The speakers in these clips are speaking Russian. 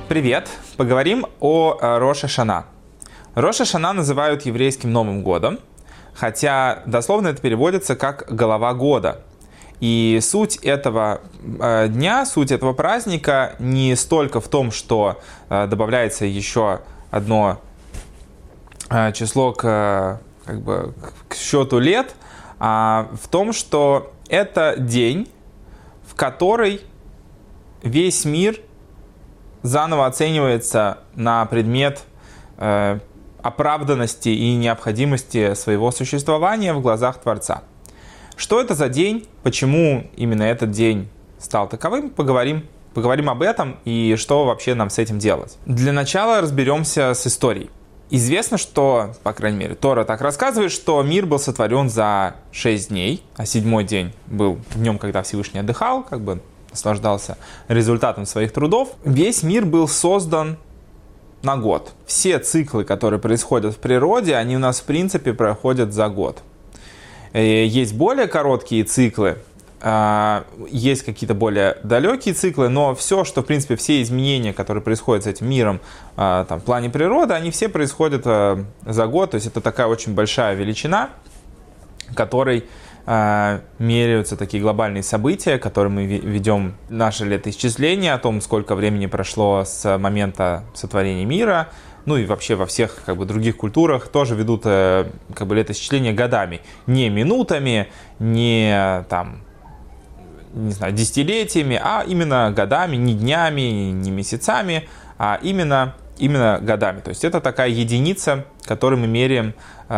Привет! Поговорим о Рош ха-Шана. Рош ха-Шана называют еврейским Новым годом, хотя дословно это переводится как «голова года». И суть этого дня, суть этого праздника не столько в том, что добавляется еще одно число к счету лет, а в том, что это день, в который весь мир заново оценивается на предмет оправданности и необходимости своего существования в глазах Творца. Что это за день? Почему именно этот день стал таковым? Поговорим об этом и что вообще нам с этим делать. Для начала разберемся с историей. Известно, что, по крайней мере, Тора так рассказывает, что мир был сотворен за 6 дней, а 7-й день был днем, когда Всевышний отдыхал, наслаждался результатом своих трудов. Весь мир был создан на год. Все циклы, которые происходят в природе, они у нас в принципе проходят за год. Есть более короткие циклы, есть какие-то более далекие циклы, но все, что в принципе все изменения, которые происходят с этим миром в плане природы, они все происходят за год. То есть это такая очень большая величина, которой меряются такие глобальные события, которые мы ведем наше летоисчисление, о том, сколько времени прошло с момента сотворения мира. Ну и вообще во всех других культурах тоже ведут летоисчисление годами. Не минутами, не десятилетиями, а именно годами, не днями, не месяцами, а именно годами. То есть это такая единица, которой мы меряем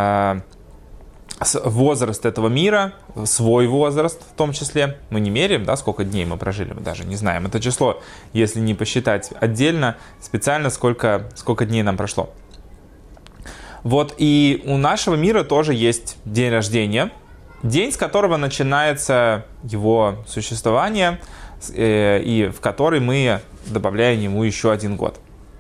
возраст этого мира, свой возраст в том числе. Мы не меряем, сколько дней мы прожили, мы даже не знаем это число, если не посчитать отдельно, специально, сколько дней нам прошло. Вот, и у нашего мира тоже есть день рождения, день, с которого начинается его существование, и в который мы добавляем ему еще один год.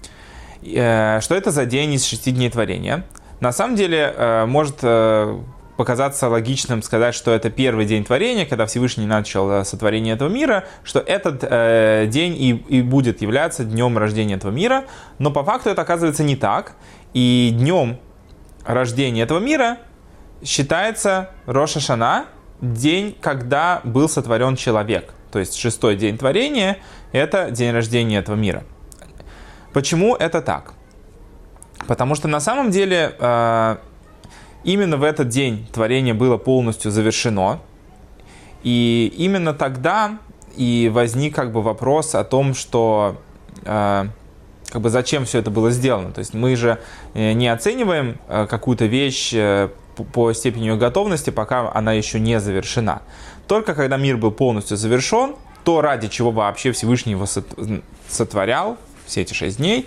Что это за день из 6 дней творения? На самом деле, может показаться логичным сказать, что это первый день творения, когда Всевышний начал сотворение этого мира, что этот день и будет являться днем рождения этого мира, но по факту это оказывается не так, и днем рождения этого мира считается Рош ха-Шана, день, когда был сотворен человек, то есть 6-й день творения – это день рождения этого мира. Почему это так? Потому что на самом деле именно в этот день творение было полностью завершено. И именно тогда и возник вопрос о том, что зачем все это было сделано. То есть мы же не оцениваем какую-то вещь по степени ее готовности, пока она еще не завершена. Только когда мир был полностью завершен, то ради чего вообще Всевышний его сотворял все эти 6 дней,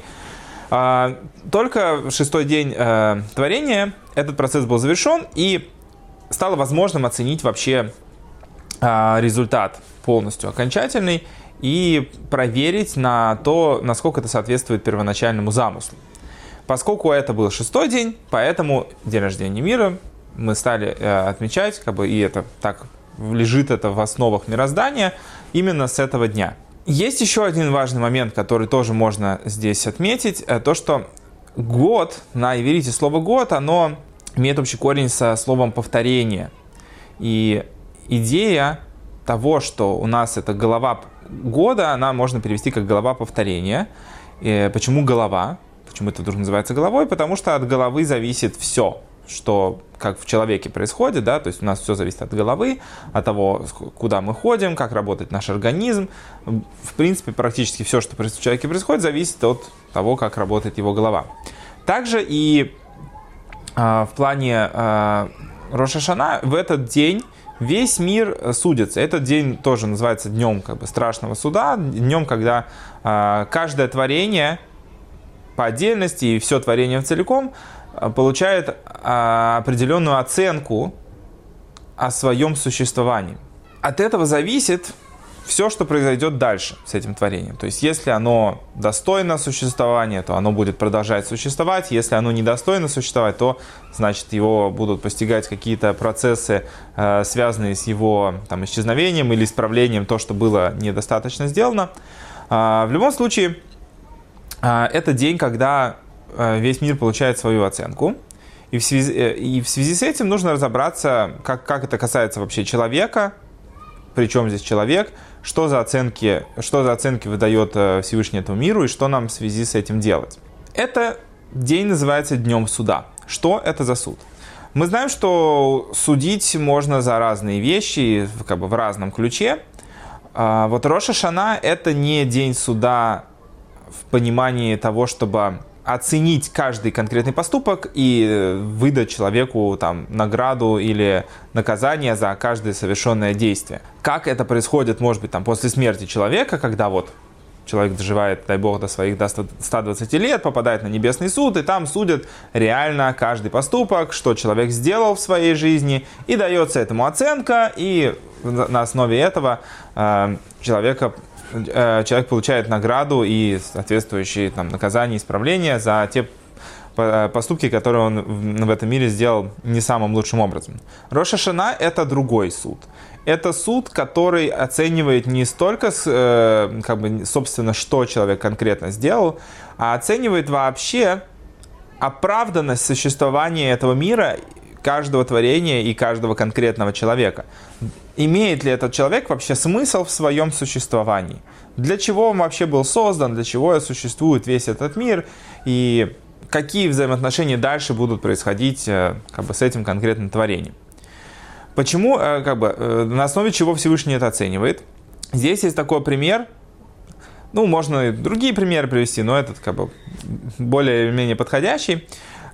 только в 6-й день творения этот процесс был завершен, и стало возможным оценить вообще результат полностью окончательный и проверить на то, насколько это соответствует первоначальному замыслу. Поскольку это был 6-й день, поэтому день рождения мира мы стали отмечать, и это так лежит это в основах мироздания именно с этого дня. Есть еще один важный момент, который тоже можно здесь отметить, то, что год, на иврите слово год, оно имеет общий корень со словом повторение. И идея того, что у нас это голова года, она можно перевести как голова повторения. И почему голова? Почему это вдруг называется головой? Потому что от головы зависит все, что как в человеке происходит, то есть у нас все зависит от головы, от того, куда мы ходим, как работает наш организм. В принципе, практически все, что в человеке происходит, зависит от того, как работает его голова. Также и в плане Рош ха-Шана в этот день весь мир судится. Этот день тоже называется днем страшного суда, днем, когда каждое творение по отдельности и все творение целиком получает определенную оценку о своем существовании. От этого зависит все, что произойдет дальше с этим творением. То есть, если оно достойно существования, то оно будет продолжать существовать. Если оно недостойно существовать, то, значит, его будут постигать какие-то процессы, связанные с его исчезновением или исправлением то, что было недостаточно сделано. В любом случае, это день, когда весь мир получает свою оценку. И в связи с этим нужно разобраться, как это касается вообще человека, причем здесь человек, что за оценки выдает Всевышний этому миру и что нам в связи с этим делать. Это день называется Днем Суда. Что это за суд? Мы знаем, что судить можно за разные вещи, как бы в разном ключе. Вот Рош ха-Шана – это не день суда в понимании того, чтобы оценить каждый конкретный поступок и выдать человеку там награду или наказание за каждое совершенное действие. Как это происходит, может быть, там, после смерти человека, когда вот человек доживает, дай бог, до своих 120 лет, попадает на небесный суд, и там судят реально каждый поступок, что человек сделал в своей жизни, и дается этому оценка, и на основе этого человек получает награду и соответствующие там наказания, исправления за те поступки, которые он в этом мире сделал не самым лучшим образом. Рош ха-Шана – это другой суд. Это суд, который оценивает не столько, собственно, что человек конкретно сделал, а оценивает вообще оправданность существования этого мира, каждого творения и каждого конкретного человека. Имеет ли этот человек вообще смысл в своем существовании? Для чего он вообще был создан, для чего существует весь этот мир, и какие взаимоотношения дальше будут происходить с этим конкретным творением? Почему, на основе чего Всевышний это оценивает? Здесь есть такой пример, можно и другие примеры привести, но этот более-менее подходящий.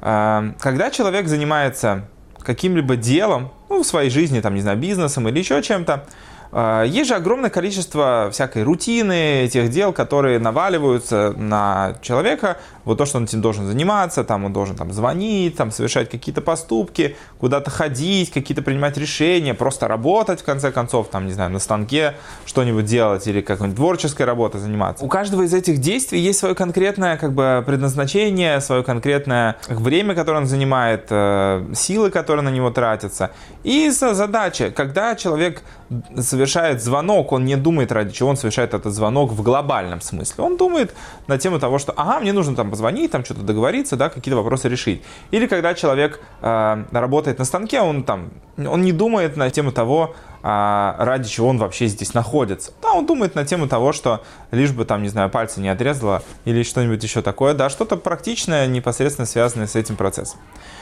Когда человек занимается каким-либо делом, в своей жизни, бизнесом или еще чем-то, есть же огромное количество всякой рутины, этих дел, которые наваливаются на человека. Вот то, что он этим должен заниматься, он должен звонить, совершать какие-то поступки, куда-то ходить, какие-то принимать решения, просто работать, в конце концов, на станке что-нибудь делать или какой-нибудь творческой работой заниматься. У каждого из этих действий есть свое конкретное предназначение, свое конкретное время, которое он занимает, силы, которые на него тратятся. И задача, когда человек совершает звонок, он не думает, ради чего он совершает этот звонок в глобальном смысле. Он думает на тему того, что мне нужно позвонить, что-то договориться, какие-то вопросы решить. Или когда человек работает на станке, он не думает на тему того, ради чего он вообще здесь находится. Он думает на тему того, что лишь бы пальцы не отрезало или что-нибудь еще такое, что-то практичное, непосредственно связанное с этим процессом.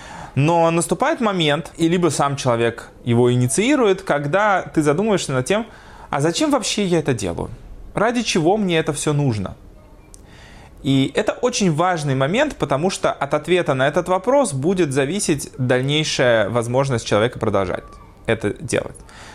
Но наступает момент, и либо сам человек его инициирует, когда ты задумываешься над тем, зачем вообще я это делаю? Ради чего мне это все нужно? И это очень важный момент, потому что от ответа на этот вопрос будет зависеть дальнейшая возможность человека продолжать это делать.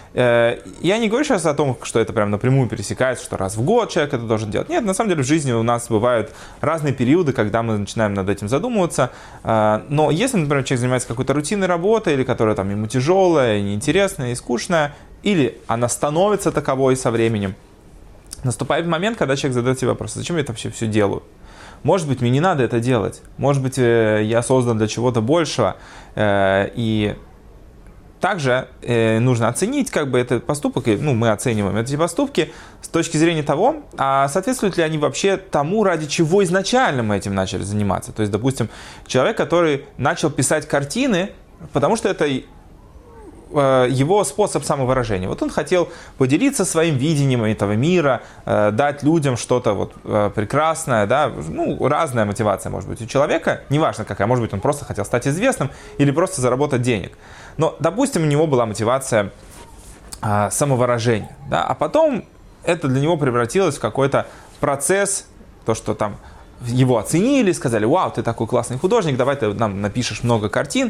Я не говорю сейчас о том, что это прям напрямую пересекается, что раз в год человек это должен делать. Нет, на самом деле в жизни у нас бывают разные периоды, когда мы начинаем над этим задумываться. Но если, например, человек занимается какой-то рутинной работой, или которая ему тяжелая, неинтересная и скучная, или она становится таковой со временем, наступает момент, когда человек задает себе вопрос: зачем я это вообще все делаю? Может быть, мне не надо это делать. Может быть, я создан для чего-то большего. И также нужно оценить этот поступок, мы оцениваем эти поступки с точки зрения того, соответствуют ли они вообще тому, ради чего изначально мы этим начали заниматься. То есть, допустим, человек, который начал писать картины, потому что это его способ самовыражения. Вот он хотел поделиться своим видением этого мира, дать людям что-то прекрасное, разная мотивация может быть у человека, неважно какая, может быть, он просто хотел стать известным или просто заработать денег. Но, допустим, у него была мотивация самовыражения, а потом это для него превратилось в какой-то процесс, то, что его оценили, сказали: вау, ты такой классный художник, давай ты нам напишешь много картин.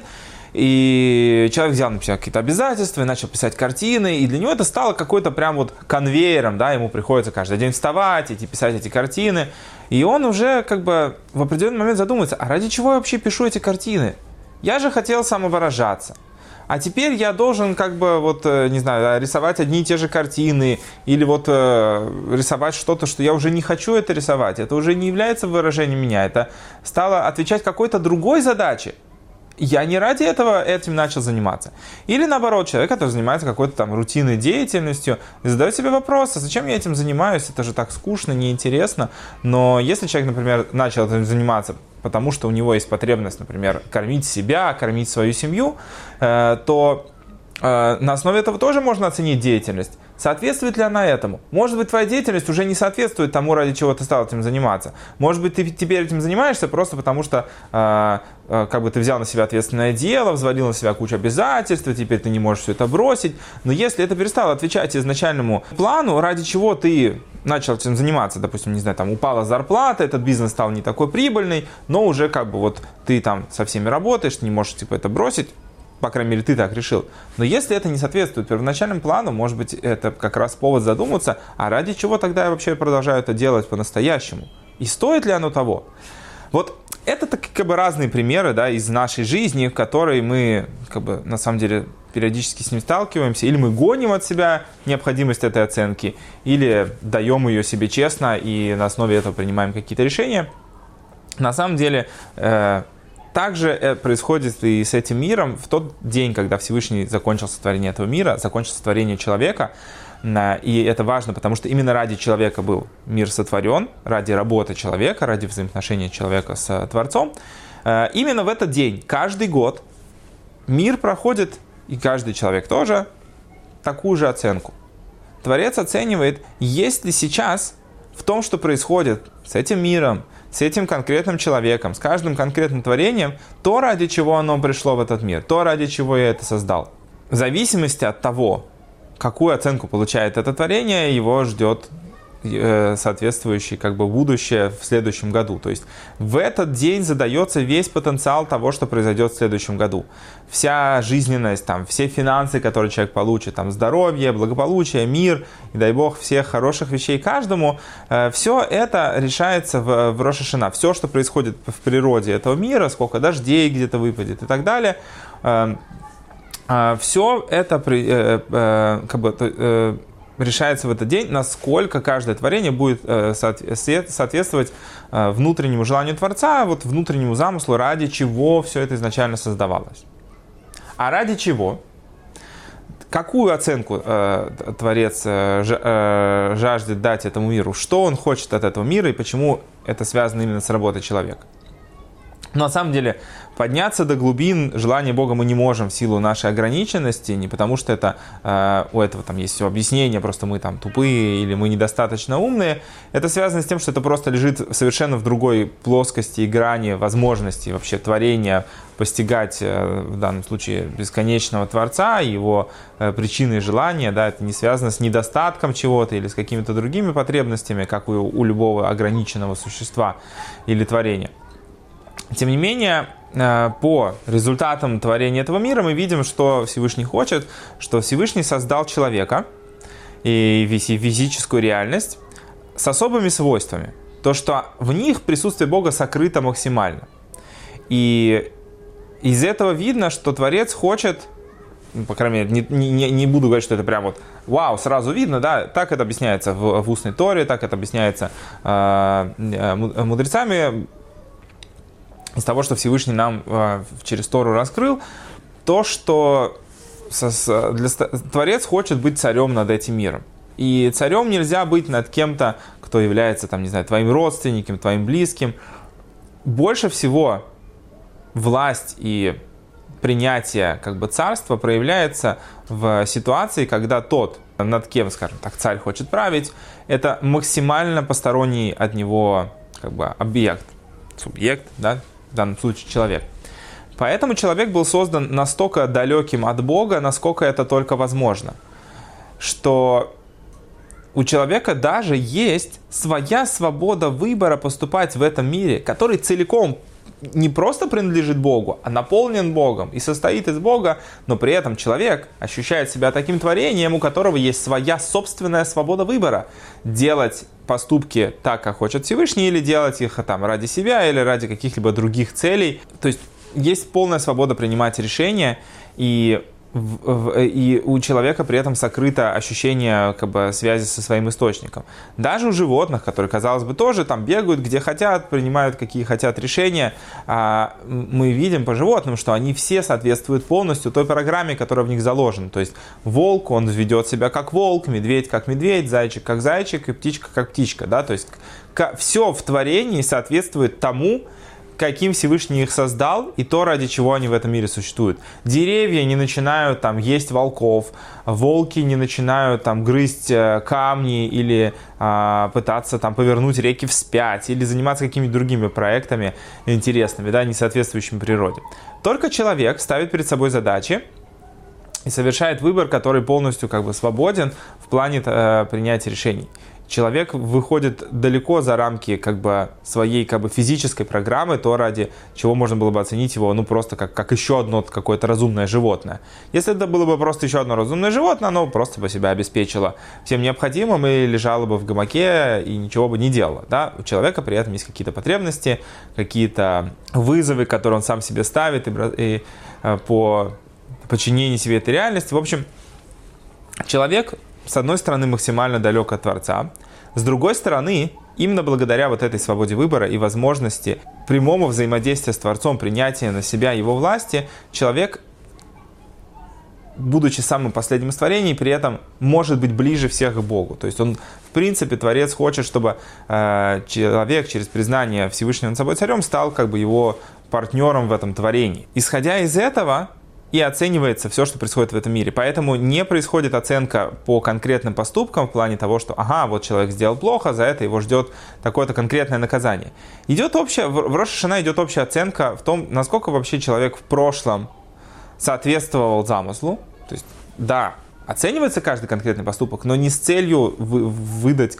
И человек взял на себя какие-то обязательства и начал писать картины, и для него это стало какой-то прям конвейером, ему приходится каждый день вставать, идти писать эти картины, и он уже в определенный момент задумывается: ради чего я вообще пишу эти картины? Я же хотел самовыражаться. А теперь я должен рисовать одни и те же картины, или рисовать что-то, что я уже не хочу это рисовать. Это уже не является выражением меня, это стало отвечать какой-то другой задаче. я не ради этого этим начал заниматься. Или наоборот, человек, который занимается какой-то там рутинной деятельностью, и задает себе вопрос, а зачем я этим занимаюсь, это же так скучно, неинтересно. Но если человек, например, начал этим заниматься, потому что у него есть потребность, например, кормить себя, кормить свою семью, то на основе этого тоже можно оценить деятельность. Соответствует ли она этому? Может быть, твоя деятельность уже не соответствует тому, ради чего ты стал этим заниматься. Может быть, ты теперь этим занимаешься просто потому, что как бы ты взял на себя ответственное дело, взвалил на себя кучу обязательств, и теперь ты не можешь все это бросить. Но если это перестало отвечать изначальному плану, ради чего ты начал этим заниматься, допустим, не знаю, там упала зарплата, этот бизнес стал не такой прибыльный, но уже как бы вот ты там со всеми работаешь, ты не можешь типа это бросить. По крайней мере, ты так решил. Но если это не соответствует первоначальному плану, может быть, это как раз повод задуматься, а ради чего тогда я вообще продолжаю это делать по-настоящему? И стоит ли оно того? Вот это как бы разные примеры, да, из нашей жизни, в которой мы как бы, на самом деле периодически с ним сталкиваемся. Или мы гоним от себя необходимость этой оценки, или даем ее себе честно и на основе этого принимаем какие-то решения. На самом деле... Также происходит и с этим миром в тот день, когда Всевышний закончил сотворение этого мира, закончил сотворение человека. И это важно, потому что именно ради человека был мир сотворен, ради работы человека, ради взаимоотношения человека с Творцом. Именно в этот день, каждый год, мир проходит, и каждый человек тоже, такую же оценку. Творец оценивает, есть ли сейчас в том, что происходит с этим миром, с этим конкретным человеком, с каждым конкретным творением, то, ради чего оно пришло в этот мир, то, ради чего я это создал. В зависимости от того, какую оценку получает это творение, его ждет соответствующее как бы будущее в следующем году. То есть в этот день задается весь потенциал того, что произойдет в следующем году. Вся жизненность, там, все финансы, которые человек получит, там, здоровье, благополучие, мир, и дай бог всех хороших вещей каждому, все это решается в Рош ха-Шана. Все, что происходит в природе этого мира, сколько дождей где-то выпадет и так далее, все это как бы решается в этот день, насколько каждое творение будет соответствовать внутреннему желанию Творца, вот внутреннему замыслу, ради чего все это изначально создавалось. А ради чего? Какую оценку Творец жаждет дать этому миру? Что он хочет от этого мира и почему это связано именно с работой человека? Но на самом деле подняться до глубин желания Бога мы не можем в силу нашей ограниченности, не потому что это у этого там есть все объяснение, просто мы там тупые или мы недостаточно умные. Это связано с тем, что это просто лежит совершенно в другой плоскости и грани возможностей вообще творения постигать в данном случае бесконечного Творца, его причины и желания. Да, это не связано с недостатком чего-то или с какими-то другими потребностями, как у любого ограниченного существа или творения. Тем не менее, по результатам творения этого мира мы видим, что Всевышний хочет, что Всевышний создал человека и физическую реальность с особыми свойствами. То, что в них присутствие Бога сокрыто максимально. И из этого видно, что Творец хочет, по крайней мере, не буду говорить, что это прям вот вау, сразу видно, да, так это объясняется в устной Торе, так это объясняется мудрецами, из того, что Всевышний нам через Тору раскрыл, то, что Творец хочет быть царем над этим миром. И царем нельзя быть над кем-то, кто является, там, не знаю, твоим родственником, твоим близким. Больше всего власть и принятие как бы царства проявляется в ситуации, когда тот, над кем, скажем так, царь хочет править, это максимально посторонний от него как бы объект, субъект, да, в данном случае человек. Поэтому человек был создан настолько далеким от Бога, насколько это только возможно. Что у человека даже есть своя свобода выбора поступать в этом мире, который целиком не просто принадлежит Богу, а наполнен Богом и состоит из Бога, но при этом человек ощущает себя таким творением, у которого есть своя собственная свобода выбора. Делать поступки так, как хочет Всевышний, или делать их там ради себя, или ради каких-либо других целей. То есть есть полная свобода принимать решения, и и у человека при этом сокрыто ощущение как бы связи со своим источником. Даже у животных, которые, казалось бы, тоже там бегают, где хотят, принимают какие хотят решения, мы видим по животным, что они все соответствуют полностью той программе, которая в них заложена. То есть волк, он ведет себя как волк, медведь как медведь, зайчик как зайчик и птичка как птичка. Да? То есть все в творении соответствует тому, каким Всевышний их создал, и то, ради чего они в этом мире существуют. Деревья не начинают там есть волков, волки не начинают там грызть камни или пытаться там повернуть реки вспять, или заниматься какими-то другими проектами интересными, да, не соответствующими природе. Только человек ставит перед собой задачи и совершает выбор, который полностью как бы свободен в плане принятия решений. Человек выходит далеко за рамки как бы своей как бы физической программы, то ради чего можно было бы оценить его просто как еще одно какое-то разумное животное. Если это было бы просто еще одно разумное животное, оно просто бы себя обеспечило всем необходимым и лежало бы в гамаке и ничего бы не делало. Да? У человека при этом есть какие-то потребности, какие-то вызовы, которые он сам себе ставит и по подчинению себе этой реальности. В общем, человек, с одной стороны, максимально далек от Творца, с другой стороны, именно благодаря вот этой свободе выбора и возможности прямого взаимодействия с Творцом, принятия на себя его власти, человек, будучи самым последним из творений, при этом может быть ближе всех к Богу. То есть он, в принципе, Творец хочет, чтобы человек через признание Всевышнего над собой царем стал как бы его партнером в этом творении. Исходя из этого, и оценивается все, что происходит в этом мире. Поэтому не происходит оценка по конкретным поступкам в плане того, что вот человек сделал плохо, за это его ждет такое-то конкретное наказание. В Рош ха-Шана идет общая оценка в том, насколько вообще человек в прошлом соответствовал замыслу. То есть, да, оценивается каждый конкретный поступок, но не с целью выдать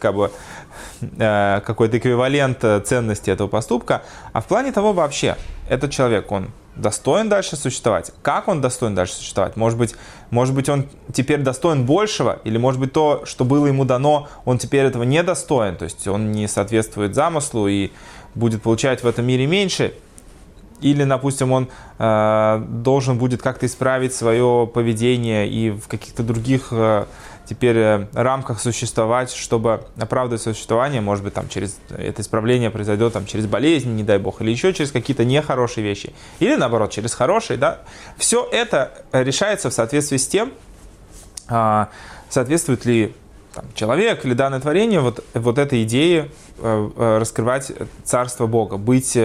какой-то эквивалент ценности этого поступка, а в плане того вообще, этот человек, он достоин дальше существовать? Как он достоин дальше существовать? Может быть, он теперь достоин большего, или может быть то, что было ему дано, он теперь этого не достоин, то есть он не соответствует замыслу и будет получать в этом мире меньше, или, допустим, он должен будет как-то исправить свое поведение и в каких-то других теперь рамках существовать, чтобы оправдывать свое существование. Может быть, там через это исправление произойдет там, через болезнь, не дай бог, или еще через какие-то нехорошие вещи. Или, наоборот, через хорошие. Да? Все это решается в соответствии с тем, соответствует ли человек или данное творение вот этой идее раскрывать царство Бога,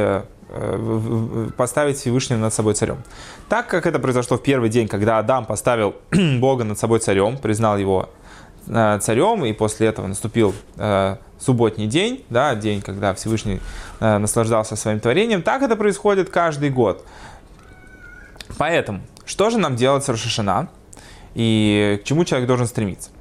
поставить Всевышнего над собой царем. Так как это произошло в первый день, когда Адам поставил Бога над собой царем, признал его царем, и после этого наступил субботний день, да, день, когда Всевышний наслаждался своим творением, так это происходит каждый год. Поэтому, что же нам делать с Рош ха-Шана и к чему человек должен стремиться?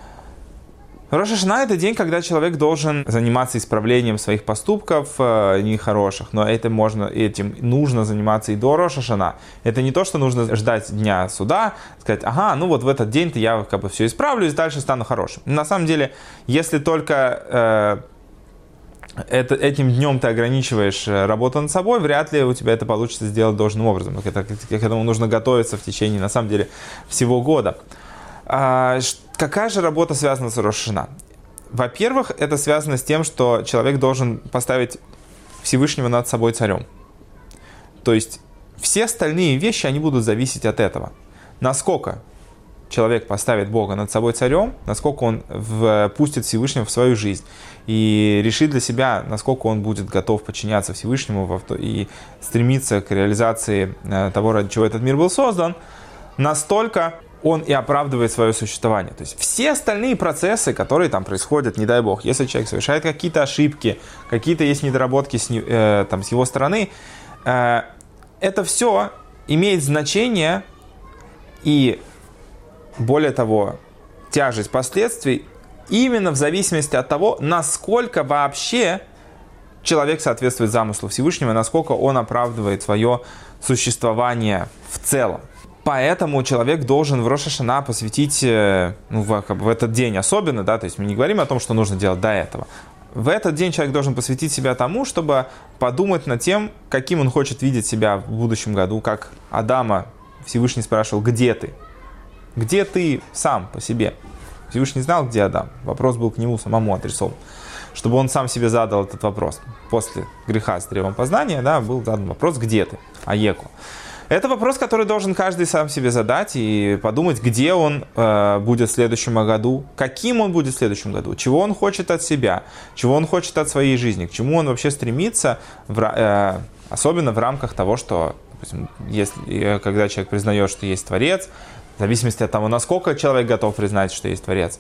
Рош ха-Шана – это день, когда человек должен заниматься исправлением своих поступков нехороших, но этим нужно заниматься и до Рош ха-Шана. Это не то, что нужно ждать дня суда, сказать, в этот день-то я все исправлю и дальше стану хорошим. На самом деле, если только этим днем ты ограничиваешь работу над собой, вряд ли у тебя это получится сделать должным образом. К этому нужно готовиться в течение, на самом деле, всего года. Какая же работа связана с Рош ха-Шана? Во-первых, это связано с тем, что человек должен поставить Всевышнего над собой царем. То есть все остальные вещи, они будут зависеть от этого. Насколько человек поставит Бога над собой царем, насколько он пустит Всевышнего в свою жизнь и решит для себя, насколько он будет готов подчиняться Всевышнему и стремиться к реализации того, ради чего этот мир был создан, настолько он и оправдывает свое существование. То есть все остальные процессы, которые там происходят, не дай бог, если человек совершает какие-то ошибки, какие-то есть недоработки с его стороны, это все имеет значение и, более того, тяжесть последствий именно в зависимости от того, насколько вообще человек соответствует замыслу Всевышнего, насколько он оправдывает свое существование в целом. Поэтому человек должен в Рош ха-Шана посвятить, в этот день особенно, да, то есть мы не говорим о том, что нужно делать до этого. В этот день человек должен посвятить себя тому, чтобы подумать над тем, каким он хочет видеть себя в будущем году, как Адама Всевышний спрашивал, где ты? Где ты сам по себе? Всевышний знал, где Адам. Вопрос был к нему самому адресован. Чтобы он сам себе задал этот вопрос. После греха с древом познания, да, был задан вопрос, где ты, Аеку. Это вопрос, который должен каждый сам себе задать и подумать, где он будет в следующем году, каким он будет в следующем году, чего он хочет от себя, чего он хочет от своей жизни, к чему он вообще стремится, особенно в рамках того, что, допустим, когда человек признает, что есть Творец, в зависимости от того, насколько человек готов признать, что есть Творец,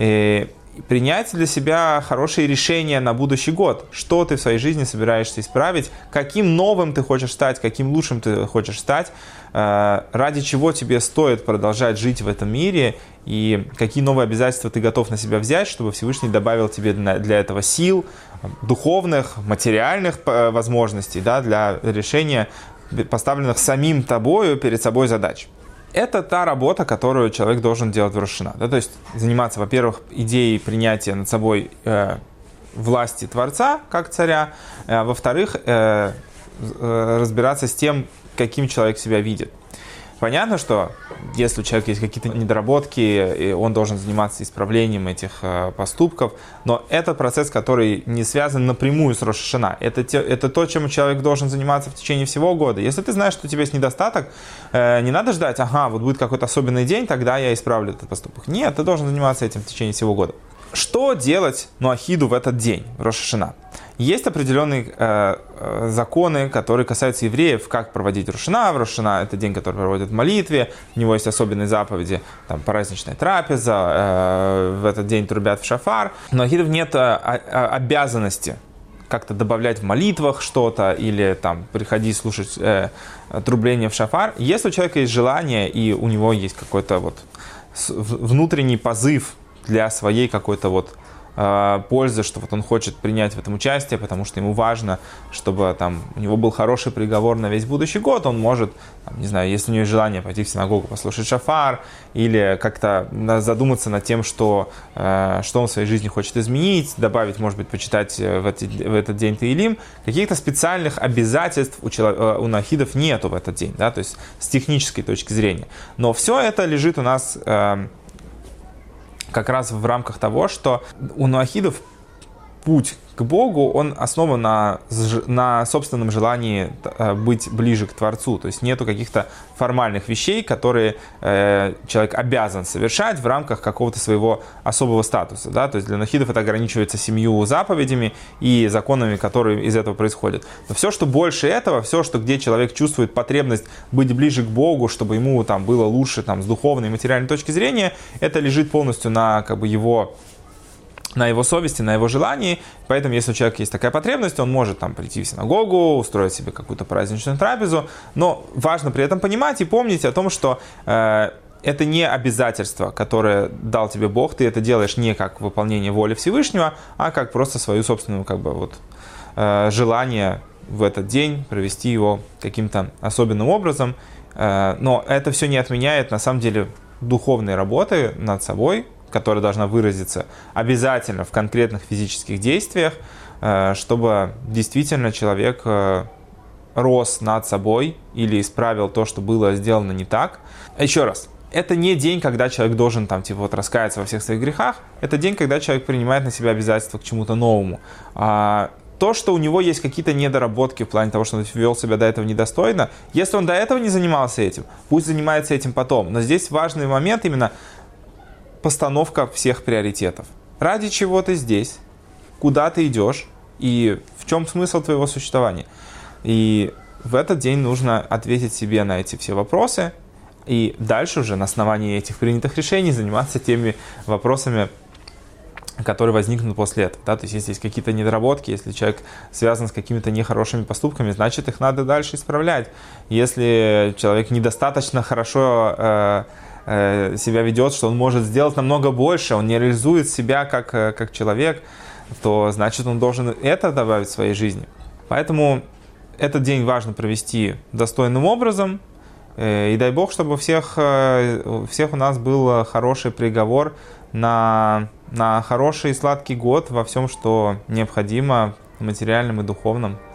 принять для себя хорошие решения на будущий год. Что ты в своей жизни собираешься исправить, каким новым ты хочешь стать, каким лучшим ты хочешь стать, ради чего тебе стоит продолжать жить в этом мире, и какие новые обязательства ты готов на себя взять, чтобы Всевышний добавил тебе для этого сил, духовных, материальных возможностей, да, для решения поставленных самим тобою перед собой задач. Это та работа, которую человек должен делать в Рош ха-Шана. Да, то есть заниматься, во-первых, идеей принятия над собой власти Творца, как царя, во-вторых, разбираться с тем, каким человек себя видит. Понятно, что если у человека есть какие-то недоработки, он должен заниматься исправлением этих поступков, но это процесс, который не связан напрямую с Рош ха-Шана. Это то, чем человек должен заниматься в течение всего года. Если ты знаешь, что у тебя есть недостаток, не надо ждать, вот будет какой-то особенный день, тогда я исправлю этот поступок. Нет, ты должен заниматься этим в течение всего года. Что делать Ноахиду в этот день, в Рош ха-Шана? Есть определенные законы, которые касаются евреев, как проводить Рош ха-Шана. В Рош ха-Шана это день, который проводят в молитве, у него есть особенные заповеди, там праздничная трапеза, в этот день трубят в шафар. Но Ноахидов нет обязанности как-то добавлять в молитвах что-то или там приходить слушать трубление в шафар. Если у человека есть желание и у него есть какой-то вот внутренний позыв для своей какой-то вот пользы, что вот он хочет принять в этом участие, потому что ему важно, чтобы там у него был хороший приговор на весь будущий год, он может, там, не знаю, если у него есть желание пойти в синагогу послушать шафар, или как-то задуматься над тем, что он в своей жизни хочет изменить, добавить, может быть, почитать в этот день Теилим. Каких-то специальных обязательств у ноахидов нету в этот день, да, то есть с технической точки зрения. Но все это лежит у нас как раз в рамках того, что у ноахидов путь к Богу, он основан на собственном желании быть ближе к Творцу. То есть нету каких-то формальных вещей, которые человек обязан совершать в рамках какого-то своего особого статуса. Да? То есть для ноахидов это ограничивается 7 заповедями и законами, которые из этого происходят. Но все, что больше этого, все, что где человек чувствует потребность быть ближе к Богу, чтобы ему там было лучше там, с духовной и материальной точки зрения, это лежит полностью на на его совести, на его желании. Поэтому, если у человека есть такая потребность, он может там прийти в синагогу, устроить себе какую-то праздничную трапезу. Но важно при этом понимать и помнить о том, что это не обязательство, которое дал тебе Бог. Ты это делаешь не как выполнение воли Всевышнего, а как просто свою собственную желание в этот день провести его каким-то особенным образом. Но это все не отменяет, на самом деле, духовной работы над собой, которая должна выразиться обязательно в конкретных физических действиях, чтобы действительно человек рос над собой или исправил то, что было сделано не так. Еще раз, это не день, когда человек должен раскаяться во всех своих грехах. Это день, когда человек принимает на себя обязательства к чему-то новому. То, что у него есть какие-то недоработки в плане того, что он вел себя до этого недостойно, если он до этого не занимался этим, пусть занимается этим потом. Но здесь важный момент именно постановка всех приоритетов. Ради чего ты здесь, куда ты идешь и в чем смысл твоего существования. И в этот день нужно ответить себе на эти все вопросы и дальше уже на основании этих принятых решений заниматься теми вопросами, которые возникнут после этого. Да? То есть, если есть какие-то недоработки, если человек связан с какими-то нехорошими поступками, значит, их надо дальше исправлять. Если человек недостаточно хорошо себя ведет, что он может сделать намного больше, он не реализует себя как человек, то значит, он должен это добавить в своей жизни. Поэтому этот день важно провести достойным образом. И дай Бог, чтобы у всех у нас был хороший приговор на хороший и сладкий год во всем, что необходимо в материальном и духовном.